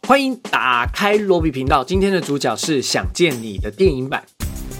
欢迎打开罗比频道，今天的主角是《想见你》的电影版。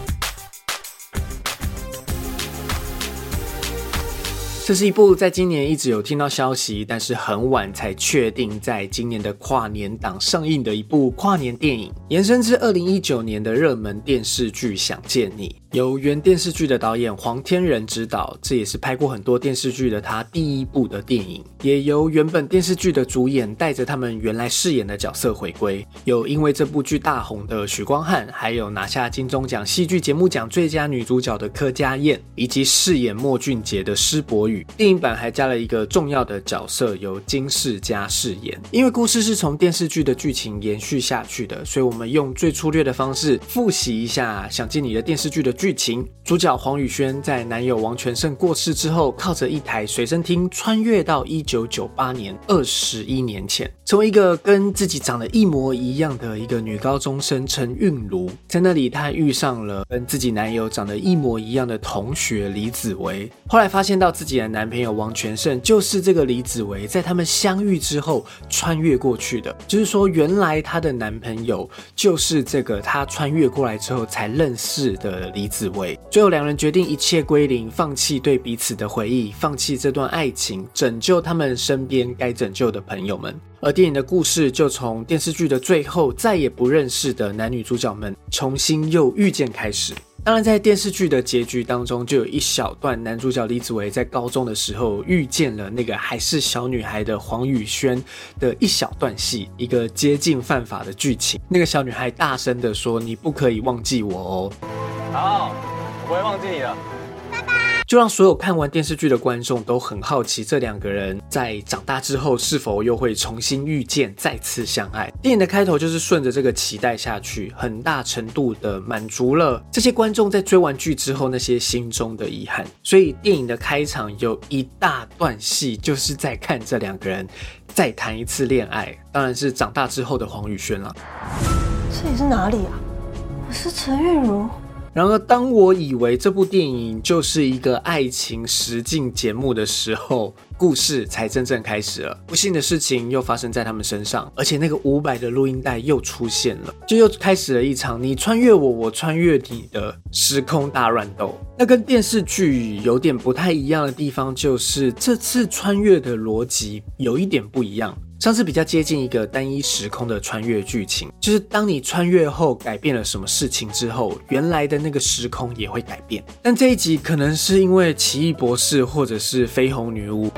这是一部在今年一直有听到消息，但是很晚才确定在今年的跨年档上映的一部跨年电影，延伸至2019年的热门电视剧《想见你》，由原电视剧的导演黄天仁执导，这也是拍过很多电视剧的他第一部的电影，也由原本电视剧的主演带着他们原来饰演的角色回归，有因为这部剧大红的许光汉，还有拿下金钟奖戏剧节目奖最佳女主角的柯佳燕，以及饰演莫俊杰的施柏宇。电影版还加了一个重要的角色，由金世佳饰演。因为故事是从电视剧的剧情延续下去的，所以我们用最粗略的方式复习一下《想见你》的电视剧的剧情。主角黄宇轩在男友王全胜过世之后，靠着一台随身听穿越到1998年，21年前，成为一个跟自己长得一模一样的一个女高中生陈韵如。在那里，她遇上了跟自己男友长得一模一样的同学李子维。后来发现到自己的男朋友王全胜就是这个李子维在他们相遇之后穿越过去的，就是说原来她的男朋友就是这个她穿越过来之后才认识的李子维。最后两人决定一切归零，放弃对彼此的回忆，放弃这段爱情，拯救他们身边该拯救的朋友们。而电影的故事就从电视剧的最后再也不认识的男女主角们重新又遇见开始。当然在电视剧的结局当中，就有一小段男主角李子维在高中的时候遇见了那个还是小女孩的黄宇轩的一小段戏，一个接近犯法的剧情。那个小女孩大声的说：“你不可以忘记我哦。” 好，我不会忘记你了。 就让所有看完电视剧的观众都很好奇，这两个人在长大之后是否又会重新遇见，再次相爱。电影的开头就是顺着这个期待下去，很大程度的满足了这些观众在追完剧之后那些心中的遗憾。所以电影的开场有一大段戏就是在看这两个人再谈一次恋爱，当然是长大之后的黄宇轩了。 这里是哪里啊？我是陈韵如。 然而当我以为这部电影就是一个爱情实境节目的时候，故事才真正开始了。不幸的事情又发生在他们身上，而且那个500的录音带又出现了，就又开始了一场你穿越我，我穿越你的时空大乱斗。那跟电视剧有点不太一样的地方，就是这次穿越的逻辑有一点不一样。上次比较接近一个单一时空的穿越剧情，就是当你穿越后改变了什么事情之后，原来的那个时空也会改变。但这一集可能是因为奇异博士或者是绯红女巫，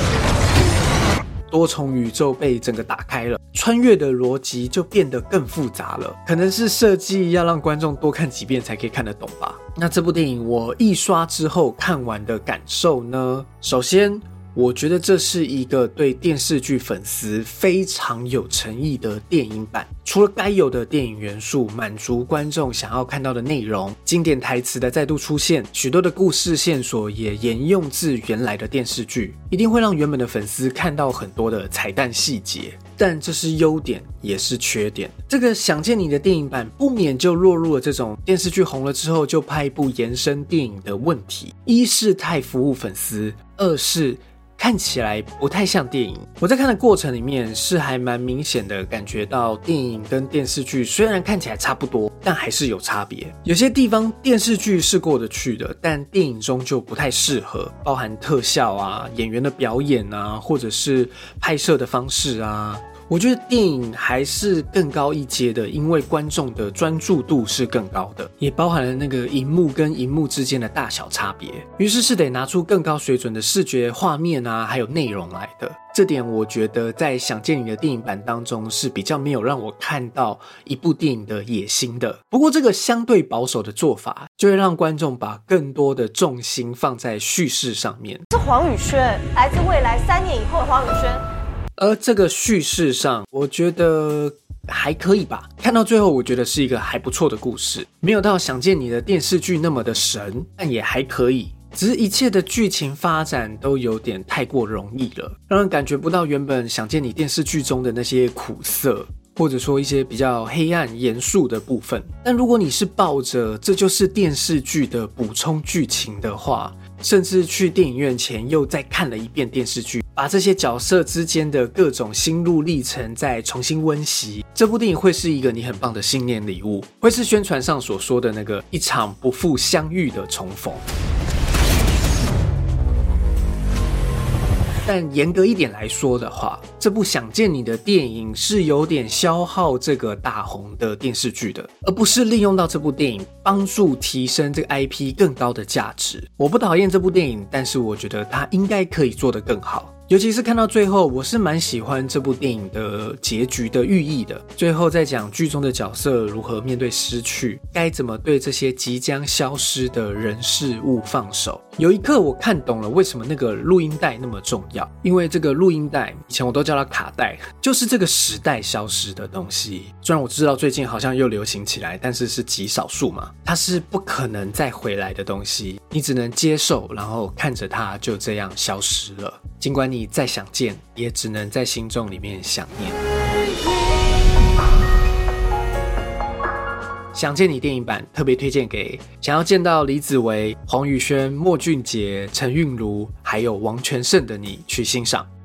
多重宇宙被整个打开了，穿越的逻辑就变得更复杂了，可能是设计要让观众多看几遍才可以看得懂吧。那这部电影我一刷之后看完的感受呢？首先我觉得这是一个对电视剧粉丝非常有诚意的电影版，除了该有的电影元素，满足观众想要看到的内容，经典台词的再度出现，许多的故事线索也沿用自原来的电视剧，一定会让原本的粉丝看到很多的彩蛋细节。但这是优点也是缺点，这个想见你的电影版不免就落入了这种电视剧红了之后就拍一部延伸电影的问题。一是太服务粉丝，二是看起来不太像电影。我在看的过程里面是还蛮明显的感觉到电影跟电视剧虽然看起来差不多，但还是有差别。有些地方电视剧是过得去的，但电影中就不太适合，包含特效啊、演员的表演啊，或者是拍摄的方式啊。我觉得电影还是更高一阶的，因为观众的专注度是更高的，也包含了那个荧幕跟荧幕之间的大小差别，于是得拿出更高水准的视觉画面啊，还有内容来的。这点我觉得在想见你的电影版当中是比较没有让我看到一部电影的野心的。不过这个相对保守的做法就会让观众把更多的重心放在叙事上面。 是黄宇轩，来自未来3年以后的黄宇轩。 而这个叙事上我觉得还可以吧，看到最后我觉得是一个还不错的故事，没有到想见你的电视剧那么的神，但也还可以。只是一切的剧情发展都有点太过容易了，让人感觉不到原本想见你电视剧中的那些苦涩，或者说一些比较黑暗严肃的部分。但如果你是抱着这就是电视剧的补充剧情的话， 甚至去电影院前又再看了一遍电视剧，把这些角色之间的各种心路历程再重新温习。这部电影会是一个你很棒的新年礼物，会是宣传上所说的那个一场不负相遇的重逢。但严格一点来说的话，这部想见你的电影是有点消耗这个大红的电视剧的，而不是利用到这部电影帮助提升这个 IP 更高的价值。我不讨厌这部电影，但是我觉得它应该可以做得更好。尤其是看到最后，我是蛮喜欢这部电影的结局的寓意的。最后在讲剧中的角色如何面对失去，该怎么对这些即将消失的人事物放手。有一刻我看懂了为什么那个录音带那么重要，因为这个录音带以前我都叫它卡带，就是这个时代消失的东西。虽然我知道最近好像又流行起来，但是是极少数嘛，它是不可能再回来的东西，你只能接受，然后看着它就这样消失了。尽管你再想见，也只能在心中里面想念。想见你电影版特别推荐给想要见到李子维、黄宇轩、莫俊杰、陈韵如还有王全胜的你去欣赏。